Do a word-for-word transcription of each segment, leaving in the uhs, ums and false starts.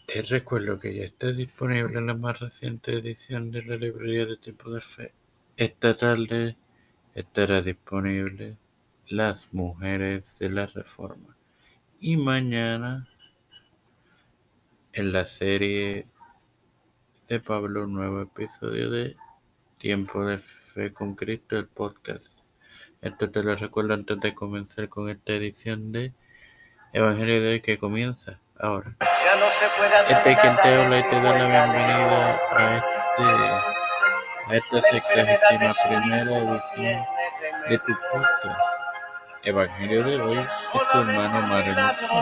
Te recuerdo que ya está disponible la más reciente edición de la librería de Tiempo de Fe. Esta tarde estará disponible Las Mujeres de la Reforma. Y mañana en la serie de Pablo, un nuevo episodio de Tiempo de Fe con Cristo, el podcast. Esto te lo recuerdo antes de comenzar con esta edición de Evangelio de hoy que comienza ahora. Este es quien te habla y te da la bienvenida a este a esta sexagésima primera edición de tu podcast Evangelio de hoy, es tu hermano Mario Nixon,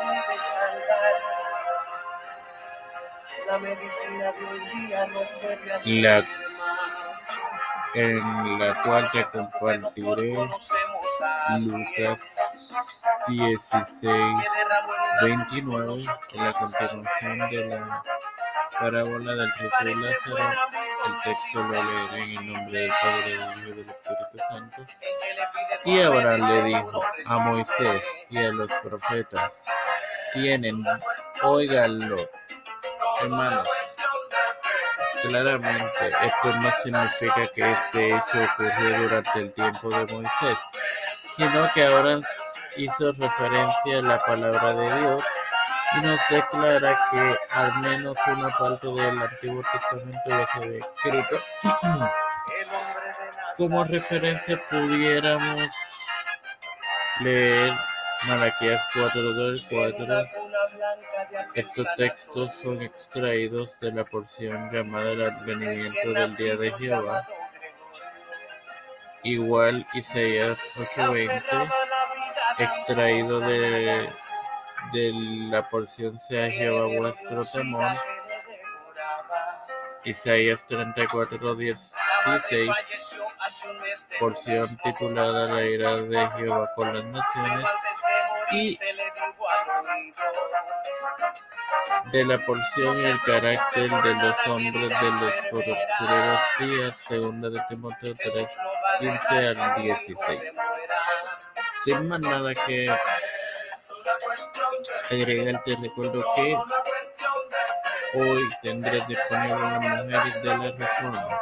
la, en la cual te compartiré Lucas dieciséis veintinueve, en la continuación de la parábola del rico y Lázaro. El texto lo leeré en el nombre del Padre, del Hijo y del Espíritu Santo. Y Abraham le dijo a Moisés y a los profetas: tienen, óiganlo, hermanos. Claramente, esto no significa que este hecho ocurrió durante el tiempo de Moisés, sino que ahora hizo referencia a la palabra de Dios y nos declara que al menos una parte del Antiguo Testamento ya se había escrito. Como referencia pudiéramos leer Malaquías cuatro dos cuatro. Estos textos son extraídos de la porción llamada el advenimiento del día de Jehová. Igual Isaías ocho veinte, extraído de, de la porción sea Jehová vuestro temor. Isaías treinta y cuatro dieciséis, porción titulada La ira de Jehová por las naciones, y de la porción El carácter de los hombres de los postreros días, segunda de Timoteo tres quince al dieciséis. Sin más nada que agregar, te recuerdo que hoy tendré disponible Las Mujeres de la Reforma.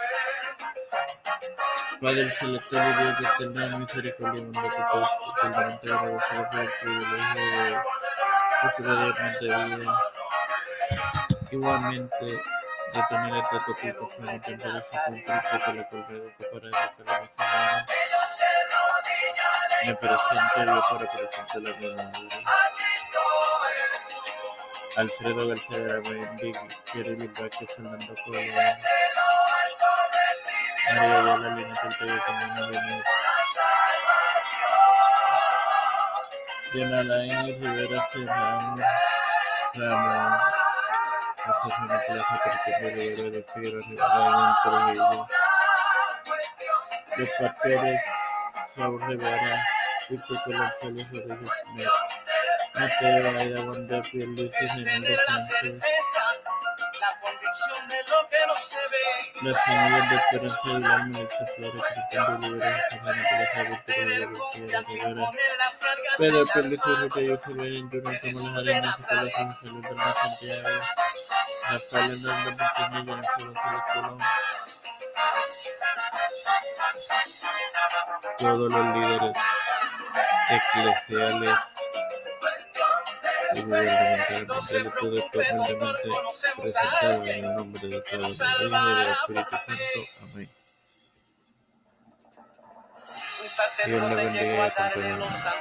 Padre celestial y Dios de eterna misericordia, bondad y totalmente agradecido por el privilegio de posteriormente vida. Igualmente, de tener esta topicación en tiempo de su conflicto que la colgado que para educar a mi señora. Me presento yo para presentar la verdadera. Alfredo García Bendig, Kerry Vázquez, Fernando Coelho, María Ayala, Lina Portilla, Camino Lina, Diana Lain, Rivera Serrano, Ramón, José Ramón Plaza, Cartero Rivera de Figueroa, Rivera Trujillo, Los Pastores, Saúl Rivera, Víctor Colón Félix Rodríguez Smith, Mateo Aida Wanda, Pierluisi, Reinaldo Sánchez, las semillas de Esperanza Aguilar, Melissa Flores, Cristian Rivera, Susana Plaza, Víctor Rivera, Rivera, Pedro Pierluisi, Rodríguez Rivera, Junior Tomás Arenas, Nicolás Salud Bernal Santiago, Rafael Hernández Martínez, Jennifer González Colón, todos los líderes eclesiales y gubernamentales, todo esto humildemente presentado en el nombre de Padre, del Hijo y del Espíritu Santo. Amén. Dios le bendiga y acompañe.